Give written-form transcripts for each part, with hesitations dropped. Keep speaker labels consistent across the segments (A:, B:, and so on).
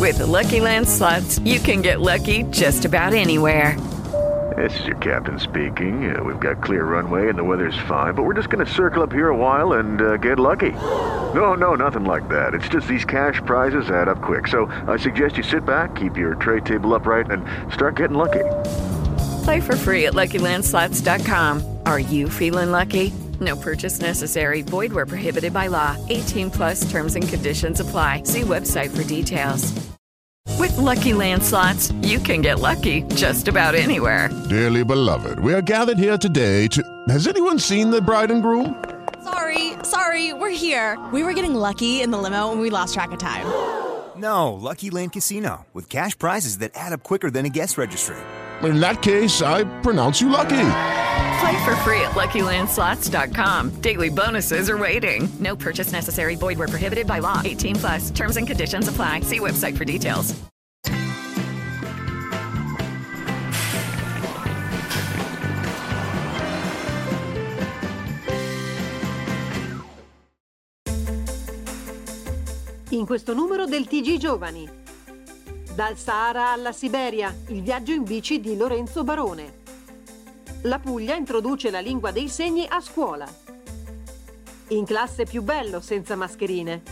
A: With Lucky Land Slots, you can get lucky just about anywhere.
B: This is your captain speaking. We've got clear runway and the weather's fine, but we're just going to circle up here a while and get lucky. No, nothing like that. It's just these cash prizes add up quick. So I suggest you sit back, keep your tray table upright, and start getting lucky.
A: Play for free at LuckyLandSlots.com. Are you feeling lucky? No purchase necessary. Void where prohibited by law. 18 plus terms and conditions apply. See website for details. With Lucky Land Slots, you can get lucky just about anywhere.
C: Dearly beloved, we are gathered here today to... Has anyone seen the bride and groom?
D: Sorry, we're here. We were getting lucky in the limo and we lost track of time.
E: No, Lucky Land Casino, with cash prizes that add up quicker than a guest registry.
C: In that case, I pronounce you lucky.
A: Play for free at LuckyLandSlots.com. Daily bonuses are waiting. No purchase necessary. Void where prohibited by law. 18 plus. Terms and conditions apply. See website for details.
F: In questo numero del TG Giovani. Dal Sahara alla Siberia, il viaggio in bici di Lorenzo Barone. La Puglia introduce la lingua dei segni a scuola. In classe più bello senza mascherine.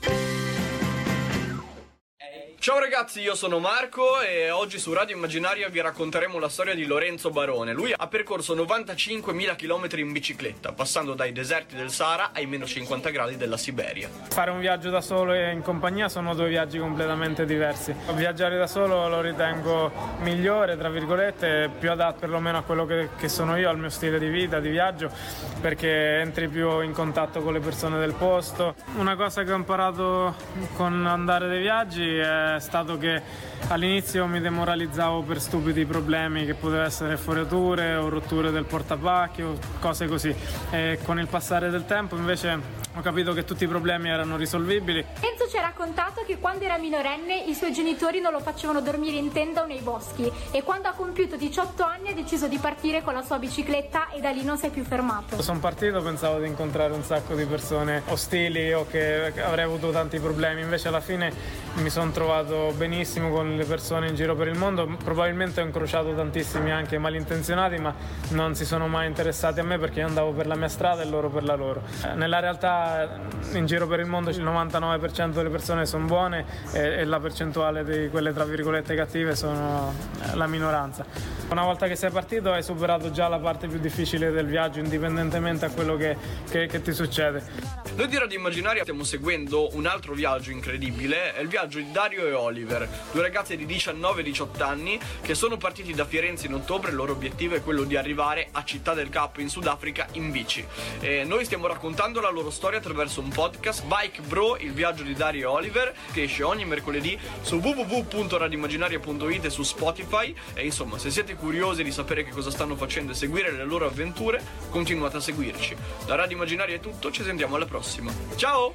G: Ciao ragazzi, io sono Marco e oggi su Radio Immaginaria vi racconteremo la storia di Lorenzo Barone. Lui ha percorso 95.000 km in bicicletta, passando dai deserti del Sahara ai meno 50 gradi della Siberia.
H: Fare un viaggio da solo e in compagnia sono due viaggi completamente diversi. Viaggiare da solo lo ritengo migliore, tra virgolette, più adatto perlomeno a quello che sono io, al mio stile di vita, di viaggio, perché entri più in contatto con le persone del posto. Una cosa che ho imparato con andare dei viaggi è stato che all'inizio mi demoralizzavo per stupidi problemi che potevano essere forature o rotture del portapacchi o cose così, e con il passare del tempo invece ho capito che tutti i problemi erano risolvibili.
I: Enzo ci ha raccontato che quando era minorenne i suoi genitori non lo facevano dormire in tenda o nei boschi, e quando ha compiuto 18 anni ha deciso di partire con la sua bicicletta e da lì non si è più fermato.
H: Sono partito, pensavo di incontrare un sacco di persone ostili o che avrei avuto tanti problemi, invece alla fine mi sono trovato benissimo con le persone in giro per il mondo. Probabilmente ho incrociato tantissimi anche malintenzionati, ma non si sono mai interessati a me perché io andavo per la mia strada e loro per la loro. Nella realtà in giro per il mondo il 99% delle persone sono buone e la percentuale di quelle tra virgolette cattive sono la minoranza. Una volta che sei partito hai superato già la parte più difficile del viaggio, indipendentemente da quello che ti succede.
G: Noi di Radio Immaginaria stiamo seguendo un altro viaggio incredibile, è il viaggio di Dario e Oliver, due ragazzi di 19 e 18 anni che sono partiti da Firenze in ottobre. Il loro obiettivo è quello di arrivare a Città del Capo in Sudafrica in bici, e noi stiamo raccontando la loro storia attraverso un podcast, Bike Bro, il viaggio di Dario e Oliver, che esce ogni mercoledì su www.radioimmaginaria.it e su Spotify. E insomma, se siete curiosi di sapere che cosa stanno facendo e seguire le loro avventure, continuate a seguirci. Da Radio Immaginaria è tutto, ci sentiamo alla prossima. Ciao!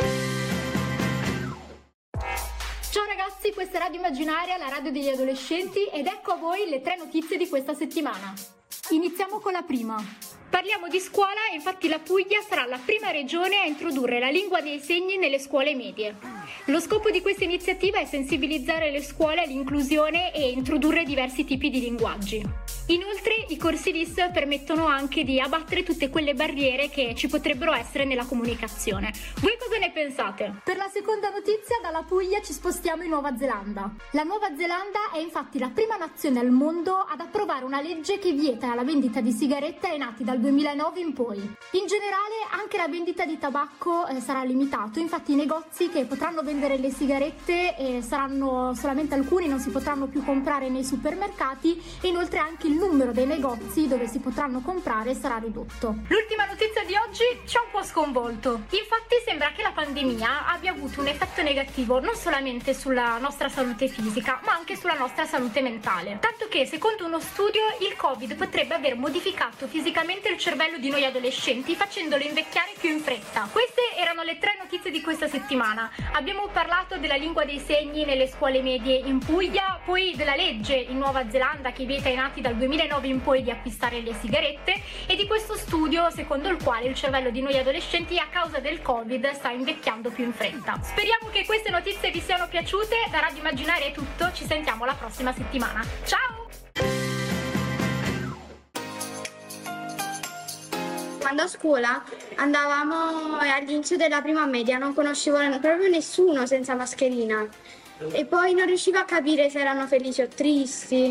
I: Ciao ragazzi, questa è Radio Immaginaria, la radio degli adolescenti, ed ecco a voi le 3 notizie di questa settimana. Iniziamo con la prima. Parliamo di scuola e infatti la Puglia sarà la prima regione a introdurre la lingua dei segni nelle scuole medie. Lo scopo di questa iniziativa è sensibilizzare le scuole all'inclusione e introdurre diversi tipi di linguaggi. Inoltre i corsi LIS permettono anche di abbattere tutte quelle barriere che ci potrebbero essere nella comunicazione. Voi cosa ne pensate? Per la seconda notizia, dalla Puglia ci spostiamo in Nuova Zelanda. La Nuova Zelanda è infatti la prima nazione al mondo ad approvare una legge che vieta la vendita di sigarette ai nati dal 2009 in poi. In generale anche la vendita di tabacco sarà limitato, infatti i negozi che potranno vendere le sigarette saranno solamente alcuni, non si potranno più comprare nei supermercati, e inoltre anche il numero dei negozi dove si potranno comprare sarà ridotto. L'ultima notizia di oggi ci ha un po' sconvolto. Infatti sembra che la pandemia abbia avuto un effetto negativo non solamente sulla nostra salute fisica, ma anche sulla nostra salute mentale. Tanto che, secondo uno studio, il Covid potrebbe aver modificato fisicamente il cervello di noi adolescenti, facendolo invecchiare più in fretta. Queste erano le 3 notizie di questa settimana. Abbiamo parlato della lingua dei segni nelle scuole medie in Puglia, poi della legge in Nuova Zelanda che vieta ai nati dal 2009 2009 in poi di acquistare le sigarette e di questo studio secondo il quale il cervello di noi adolescenti a causa del Covid sta invecchiando più in fretta. Speriamo che queste notizie vi siano piaciute. Da Radio Immaginaria è tutto, ci sentiamo la prossima settimana. Ciao!
J: Quando a scuola andavamo all'inizio della prima media non conoscevo proprio nessuno senza mascherina e poi non riuscivo a capire se erano felici o tristi.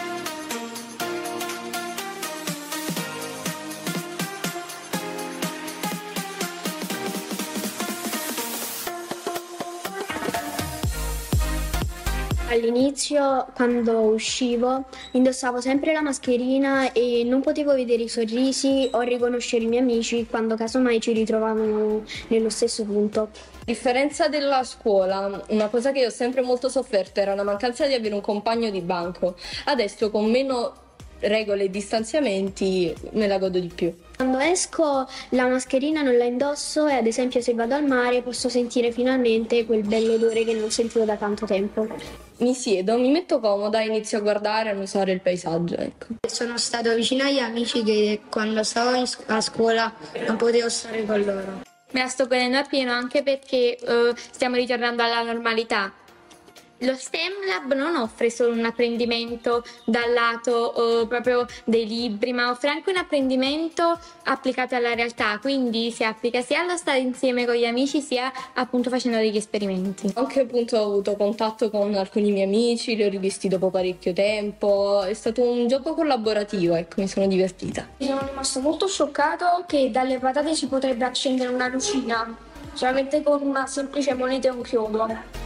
J: All'inizio, quando uscivo, indossavo sempre la mascherina e non potevo vedere i sorrisi o riconoscere i miei amici quando casomai ci ritrovavano nello stesso punto.
K: A differenza della scuola, una cosa che ho sempre molto sofferto era la mancanza di avere un compagno di banco. Adesso con meno regole e distanziamenti me la godo di più.
J: Quando esco la mascherina non la indosso e ad esempio se vado al mare posso sentire finalmente quel bell'odore che non sentivo da tanto tempo.
K: Mi siedo, mi metto comoda e inizio a guardare e a annusare il paesaggio. Ecco.
J: Sono stato vicino agli amici che quando stavo a scuola non potevo stare con loro.
L: Me la sto godendo appieno anche perché stiamo ritornando alla normalità. Lo STEM Lab non offre solo un apprendimento dal lato proprio dei libri, ma offre anche un apprendimento applicato alla realtà, quindi si applica sia allo stare insieme con gli amici sia appunto facendo degli esperimenti.
K: Anche appunto ho avuto contatto con alcuni miei amici, li ho rivisti dopo parecchio tempo, è stato un gioco collaborativo, ecco, mi sono divertita.
J: Sono rimasto molto scioccato che dalle patate si potrebbe accendere una lucina, solamente con una semplice moneta e un chiodo.